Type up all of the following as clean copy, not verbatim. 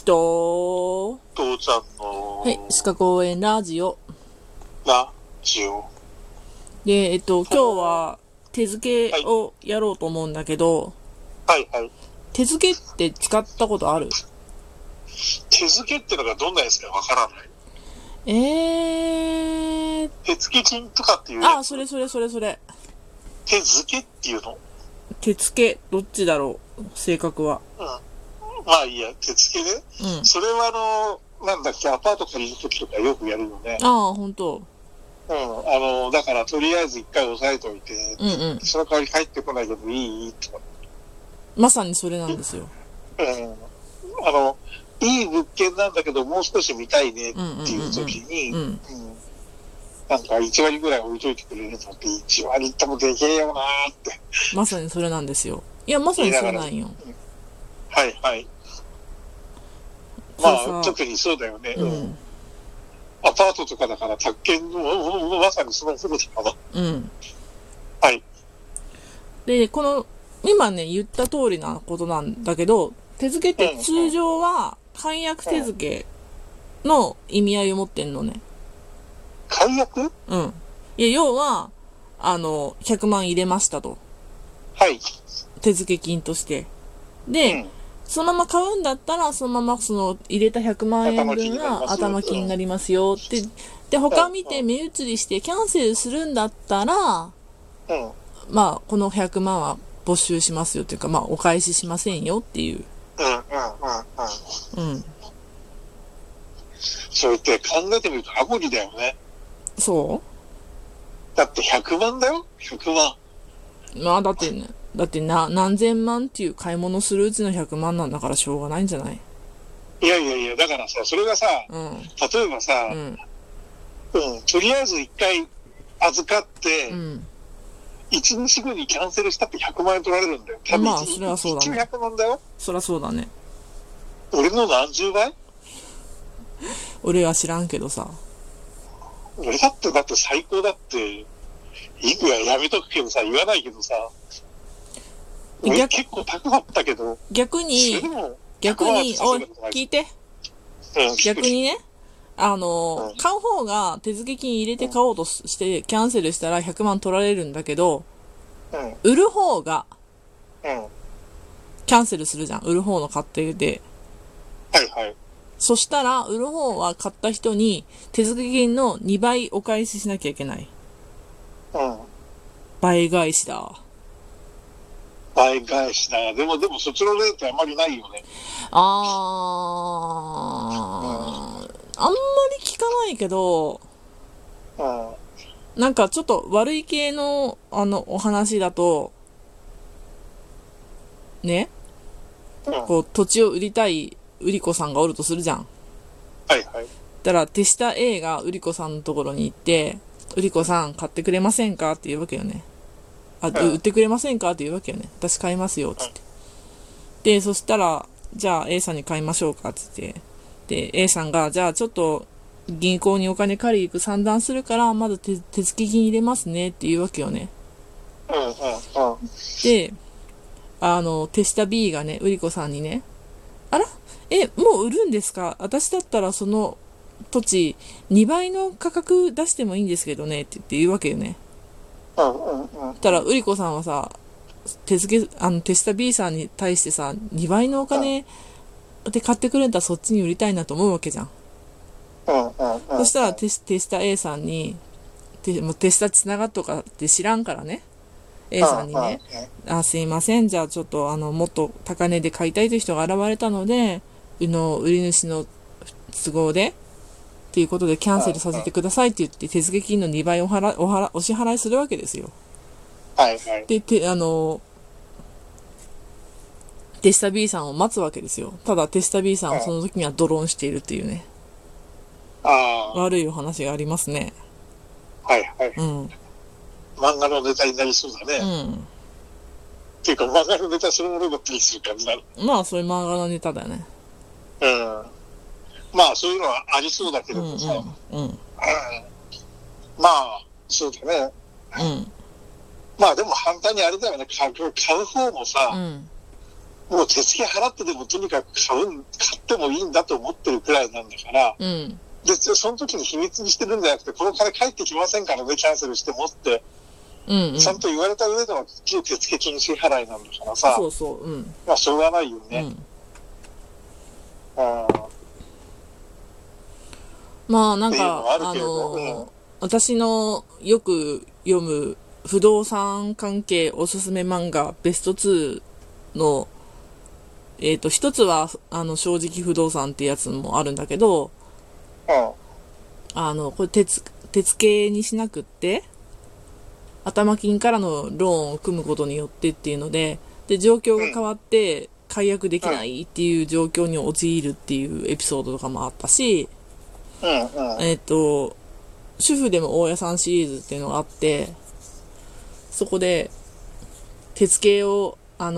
人父ちゃんのはい、鹿公園ラジオラジオ。 で、今日は手付けをやろうと思うんだけど、 はいはい。 手付けって使ったことある？ 手付けってのがどんなやつかわからない。手付金とかっていうやつ。 それ。 手付けっていうの？ 手付け、どっちだろう正確は。 うん。まあいいや、手付けね。 うん。 それはなんだっけ、アパート借りるときとかよくやるよね。 ほんと。 うん。だからとりあえず一回押さえといて、 うん。 その代わり帰ってこないけどいいとか。 まさにそれなんですよ。 いい物件なんだけど、もう少し見たいねっていう時に、なんか1割ぐらい置いといてくれるのって1割ってもでけえよなーって。 まさにそれなんですよ。いや、まさにそれなんよ。 はいはい。まあ、特にそうだよね。アパートとかだから、宅建の、まさにそのことかな。はい。 で、今ね、言った通りなことなんだけど、手付けって通常は、解約手付けの意味合いを持ってんのね。 解約？ いや、要は、100万入れましたと。 はい。 手付金として。で、そのまま買うんだったら、そのまま入れた100万円分が頭金になりますよって。で、他見て目移りしてキャンセルするんだったら、まあ、この100万は没収しますよっていうか、まあ、お返ししませんよっていう。 そうやって考えてみるとアゴリだよね。 そうだって100万だよ ?100 万。 まあ、だって何千万っていう買い物するうちの100万なんだからしょうがないんじゃない？ いや、だからさ、それがさ、例えばさ、とりあえず一回預かって、1日後にキャンセルしたって100万円取られるんだよ。 まあ、それはそうだね。 100万だよ。 そりゃそうだね。 俺の何十倍？ 俺は知らんけどさ。 俺だって最高だって、いくらやめとくけどさ、言わないけどさ、俺結構高かったけど、 逆に、おい、聞いて。逆にね、買う方が手付金入れて買おうとしてキャンセルしたら100万取られるんだけど、売る方が、キャンセルするじゃん。売る方の勝手で。 はいはい。 そしたら、売る方は買った人に手付金の2倍お返ししなきゃいけない。倍返しだ。 倍返しだ。でもそっちの例ってあんまりないよね。 あんまり聞かないけど、なんかちょっと悪い系の、お話だと、ね、こう、土地を売りたい売り子さんがおるとするじゃん。 はいはい。 だから、手下 A が売り子さんのところに行って、売り子さん買ってくれませんかって言うわけよね。売ってくれませんかって言うわけよね。私買いますよ、つって。で、そしたら、じゃあ A さんに買いましょうか、つって。で、A さんが、じゃあちょっと、銀行にお金借り行く算段するから、まだ手付金入れますねって言うわけよね。で、手下 B がね、売り子さんにね、あら？もう売るんですか？私だったらその土地2倍の価格出してもいいんですけどねって言うわけよね。たら、売り子さんはさ、手下 B さんに対してさ、2倍のお金で買ってくれたらそっちに売りたいなと思うわけじゃん。そしたら手下 A さんに、手下繋がっとかって知らんからね。A さんにね、すいません、じゃあちょっともっと高値で買いたいという人が現れたので、売り主の都合で、ということでキャンセルさせてくださいって言って手付金の2倍お支払いするわけですよ。で、手下 B さんを待つわけですよ。ただ手下 B さんはその時にはドローンしているっていうね。悪いお話がありますね。 漫画のネタになりそうだね。っていうか漫画のネタそのものだったりする感じなの。 まあそういう漫画のネタだよね。 まあそういうのはありそうだけれどさ。まあそうだね。まあでも反対にあれだよね。買う方もさ、 もう手付け払ってでもとにかく買ってもいいんだと思ってるくらいなんだから、 うん、 で、その時に秘密にしてるんじゃなくて、この金返ってきませんからね、キャンセルしてもって、 うんうん、 ちゃんと言われた上での手付け禁止払いなんだからさ、 そうそう、うん、 まあしょうがないよね。 まあなんか、私のよく読む不動産関係おすすめ漫画ベスト2の、一つは、正直不動産ってやつもあるんだけど、これ手付けにしなくって、頭金からのローンを組むことによってっていうので、状況が変わって解約できないっていう状況に陥るっていうエピソードとかもあったし、主婦でも大家さんシリーズっていうのがあって、そこで、手付けを、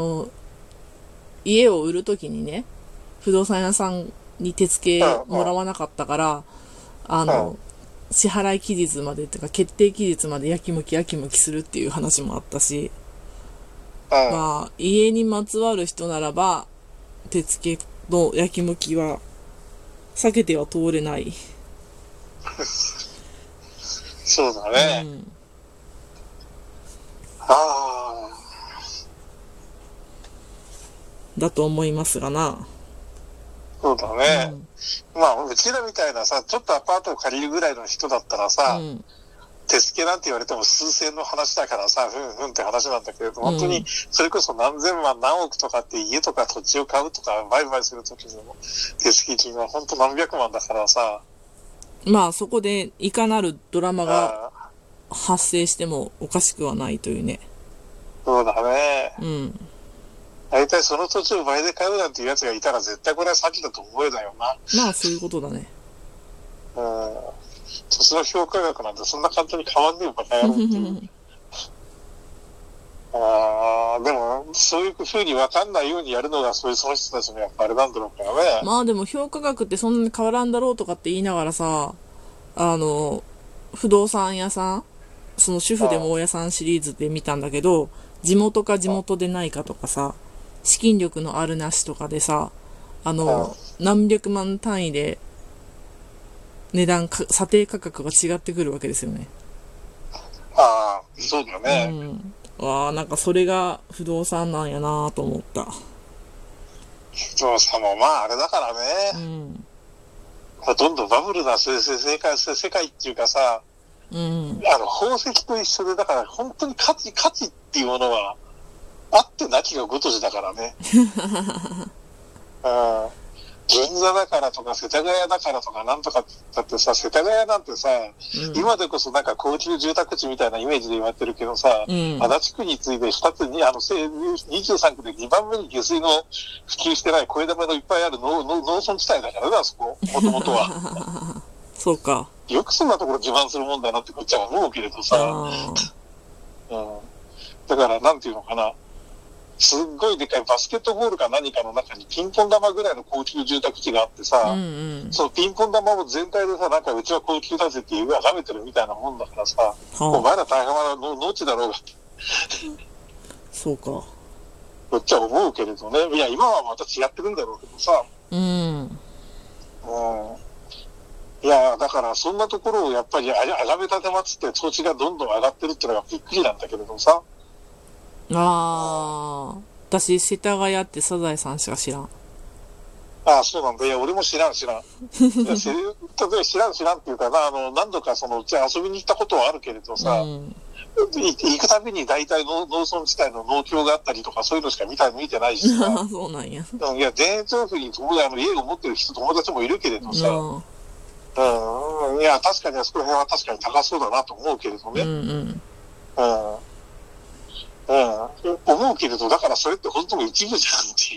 家を売るときにね、不動産屋さんに手付けもらわなかったから、支払い期日までっていうか、決定期日までやきもきするっていう話もあったし、まあ、家にまつわる人ならば、手付けのやきもきは、避けては通れない。 そうだね。 だと思いますがな。 そうだね。まあ、うちらみたいなさ、ちょっとアパートを借りるぐらいの人だったらさ、手付けなんて言われても数千の話だからさ、って話なんだけれど、本当にそれこそ何千万何億とかって家とか土地を買うとか売買するときにも手付金は本当何百万だからさ。 まあそこでいかなるドラマが発生してもおかしくはないというね。 そうだね。大体その土地を倍で買うなんていうやつがいたら絶対これは詐欺だと思えだよな。 まあそういうことだね。 土地の評価額なんてそんな簡単に変わんねえよバカ野郎っていう。でもそういう風に分かんないようにやるのがその人たちのやっぱあれなんだろうからね。 まあでも評価額ってそんなに変わらんだろうとかって言いながらさ、不動産屋さん、その主婦でも大家さんシリーズで見たんだけど、地元か地元でないかとかさ、資金力のあるなしとかでさ、何百万単位で査定価格が違ってくるわけですよね。 そうだね。 なんかそれが不動産なんやなと思った。 不動産もまああれだからね。ほとんどバブルな世界っていうかさ、宝石と一緒で、だから本当に価値っていうものはあってなきがごとしだからね。銀座だからとか世田谷だからとかなんとかだってさ、世田谷なんてさ、今でこそなんか高級住宅地みたいなイメージで言われてるけどさ、足立区に次いで2つに、23区で2番目に下水の普及してない声玉のいっぱいある農村地帯だからね、あそこ、もともとは。 そうか。 よくそんなところ自慢するもんだなってこっちは思うけれどさ。だからなんていうのかな。すっごいでかいバスケットボールか何かの中にピンポン玉ぐらいの高級住宅地があってさ、そのピンポン玉を全体でさ、なんかうちは高級だぜっていうがめてるみたいなもんだからさ、お前ら大変な農地だろうが。 そうか。こっちは思うけれどね。いや、今はまた違ってるんだろうけどさ。いや、だからそんなところをやっぱりあがめたてまつって土地がどんどん上がってるっていうのがびっくりなんだけれどさ。 私、世田谷ってサザエさんしか知らん。 そうなんだ。いや、俺も知らん。いや、例えば知らんっていうかな、何度かうち遊びに行ったことはあるけれどさ、行くたびに大体農村地帯の農協があったりとかそういうのしか見てないしさ。 そうなんや。 いや、田園調布に家を持ってる友達もいるけれどさ、いや、確かにあそこら辺は確かに高そうだなと思うけれどね。思うけれど、だからそれって本当に一部じゃんっていう。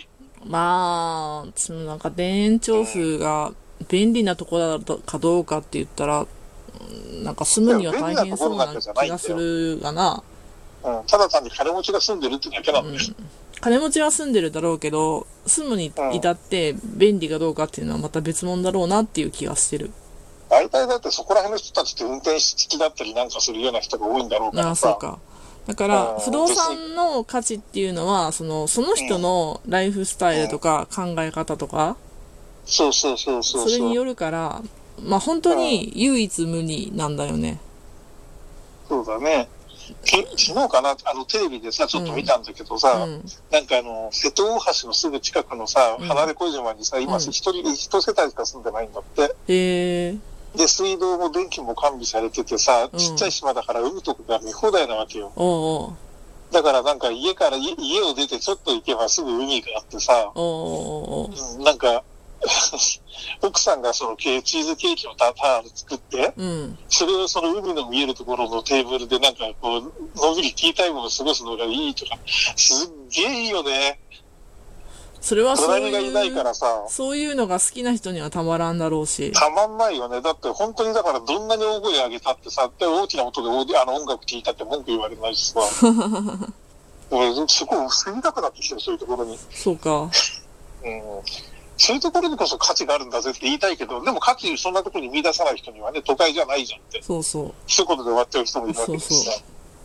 まあ、なんか田園調布が便利なところだかどうかって言ったら、なんか住むには大変そうな気がするがな。 ただ単に金持ちが住んでるってだけなんだよ。 金持ちは住んでるだろうけど、住むに至って便利かどうかっていうのはまた別物だろうなっていう気がしてる。 大体だってそこら辺の人たちって運転手付きだったりなんかするような人が多いんだろうからさ。 そうか。 だから、不動産の価値っていうのは、その人のライフスタイルとか考え方とか、 それによるから、まあ本当に唯一無二なんだよね。 そうだね。昨日かな、テレビでさ、ちょっと見たんだけどさ、なんか瀬戸大橋のすぐ近くのさ、離れ小島にさ、今一世帯しか住んでないんだって。で、水道も電気も完備されててさ、ちっちゃい島だから海とかが見放題なわけよ。だからなんか家を出てちょっと行けばすぐ海があってさ、なんか、奥さんがそのチーズケーキのタール作って、それをその海の見えるところのテーブルでなんかこう、のんびりティータイムを過ごすのがいいとか、すっげえいいよね。 それは隣がいないからさ、 そういうのが好きな人にはたまらんだろうし。 たまんないよね。だって本当にだからどんなに大声上げたってさ、大きな音で音楽聴いたって文句言われないしさ。俺、そこ住みたくなってきてる、そういうところに。 そうか。 そういうところにこそ価値があるんだぜって言いたいけど、でも価値そんなところに見出さない人にはね、都会じゃないじゃんって。 そうそう。 一言で終わっちゃう人もいるわけですさ。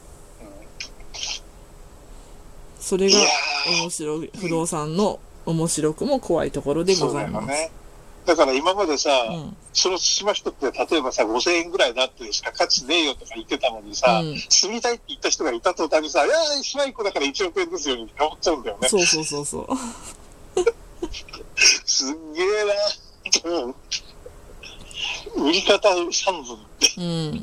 それが面白い、不動産の面白くも怖いところでございます。 ね。だから今までさ、その島人って例えばさ、5000円ぐらいだってしか価値ねえよとか言ってたのにさ、住みたいって言った人がいた途端にさ、いやー、島1個だから1億円ですよに思っちゃうんだよね。 そう。 すんげえな売り方三分って。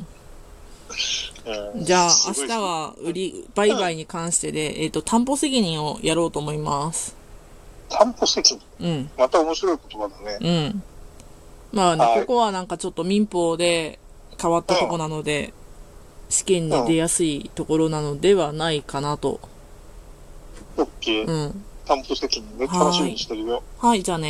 じゃあ、明日は売買に関してで、担保責任をやろうと思います。 担保責任また面白い言葉だね。 まあね、ここはなんかちょっと民法で変わったとこなので、試験に出やすいところなのではないかなと。 OK。担保責任ね、楽しみにしてるよ。 はい、じゃあね。